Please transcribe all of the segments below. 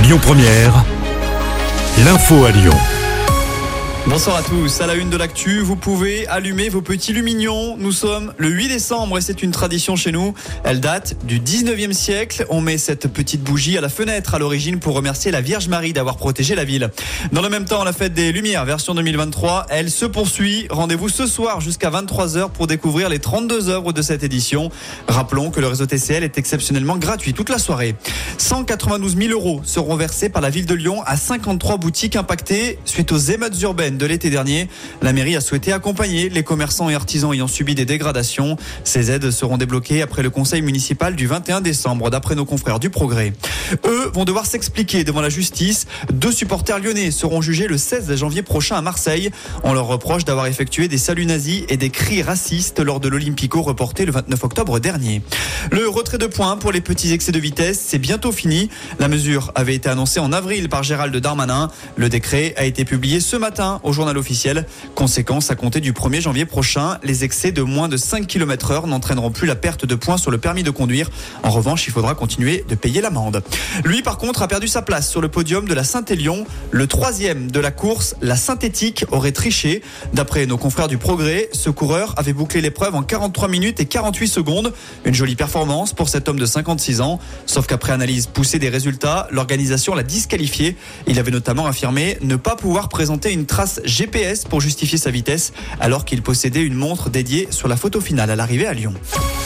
Lyon Première, l'info à Lyon. Bonsoir à tous, à la une de l'actu, vous pouvez allumer vos petits lumignons. Nous sommes le 8 décembre et c'est une tradition chez nous. Elle date du 19e siècle. On met cette petite bougie à la fenêtre à l'origine pour remercier la Vierge Marie d'avoir protégé la ville. Dans le même temps, la fête des Lumières, version 2023, elle se poursuit. Rendez-vous ce soir jusqu'à 23h pour découvrir les 32 œuvres de cette édition. Rappelons que le réseau TCL est exceptionnellement gratuit toute la soirée. 192 000 € seront versés par la ville de Lyon à 53 boutiques impactées suite aux émeutes urbaines de l'été dernier. La mairie a souhaité accompagner les commerçants et artisans ayant subi des dégradations. Ces aides seront débloquées après le conseil municipal du 21 décembre, d'après nos confrères du Progrès. Eux vont devoir s'expliquer devant la justice. 2 supporters lyonnais seront jugés le 16 janvier prochain à Marseille. On leur reproche d'avoir effectué des saluts nazis et des cris racistes lors de l'Olympico reporté le 29 octobre dernier. Le retrait de points pour les petits excès de vitesse, c'est bientôt fini. La mesure avait été annoncée en avril par Gérald Darmanin. Le décret a été publié ce matin au journal officiel. Conséquence, à compter du 1er janvier prochain, les excès de moins de 5 km/h n'entraîneront plus la perte de points sur le permis de conduire. En revanche, il faudra continuer de payer l'amende. Lui, par contre, a perdu sa place sur le podium de la Saint-Élion. Le 3e de la course, la synthétique, aurait triché. D'après nos confrères du Progrès, ce coureur avait bouclé l'épreuve en 43 minutes et 48 secondes. Une jolie performance pour cet homme de 56 ans. Sauf qu'après analyse poussée des résultats, l'organisation l'a disqualifié. Il avait notamment affirmé ne pas pouvoir présenter une trace GPS pour justifier sa vitesse, alors qu'il possédait une montre dédiée sur la photo finale à l'arrivée à Lyon.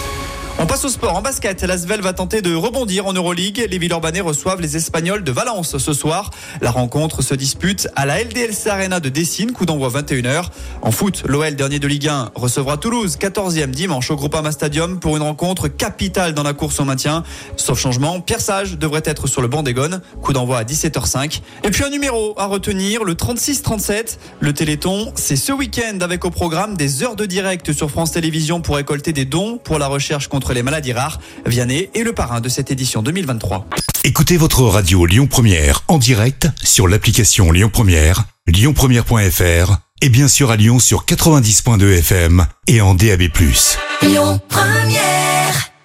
On passe au sport. En basket, l'Asvel va tenter de rebondir en Euroleague. Les Villeurbanais reçoivent les Espagnols de Valence ce soir. La rencontre se dispute à la LDLC Arena de Dessine, coup d'envoi 21h. En foot, l'OL, dernier de Ligue 1, recevra Toulouse, 14e dimanche au Groupama Stadium pour une rencontre capitale dans la course au maintien. Sauf changement, Pierre Sage devrait être sur le banc des Gones, coup d'envoi à 17h05. Et puis un numéro à retenir, le 36-37. Le Téléthon, c'est ce week-end avec au programme des heures de direct sur France Télévisions pour récolter des dons pour la recherche contre les maladies rares. Vianney est le parrain de cette édition 2023. Écoutez votre radio Lyon Première en direct sur l'application Lyon Première, lyonpremière.fr et bien sûr à Lyon sur 90.2 FM et en DAB+. Lyon Première.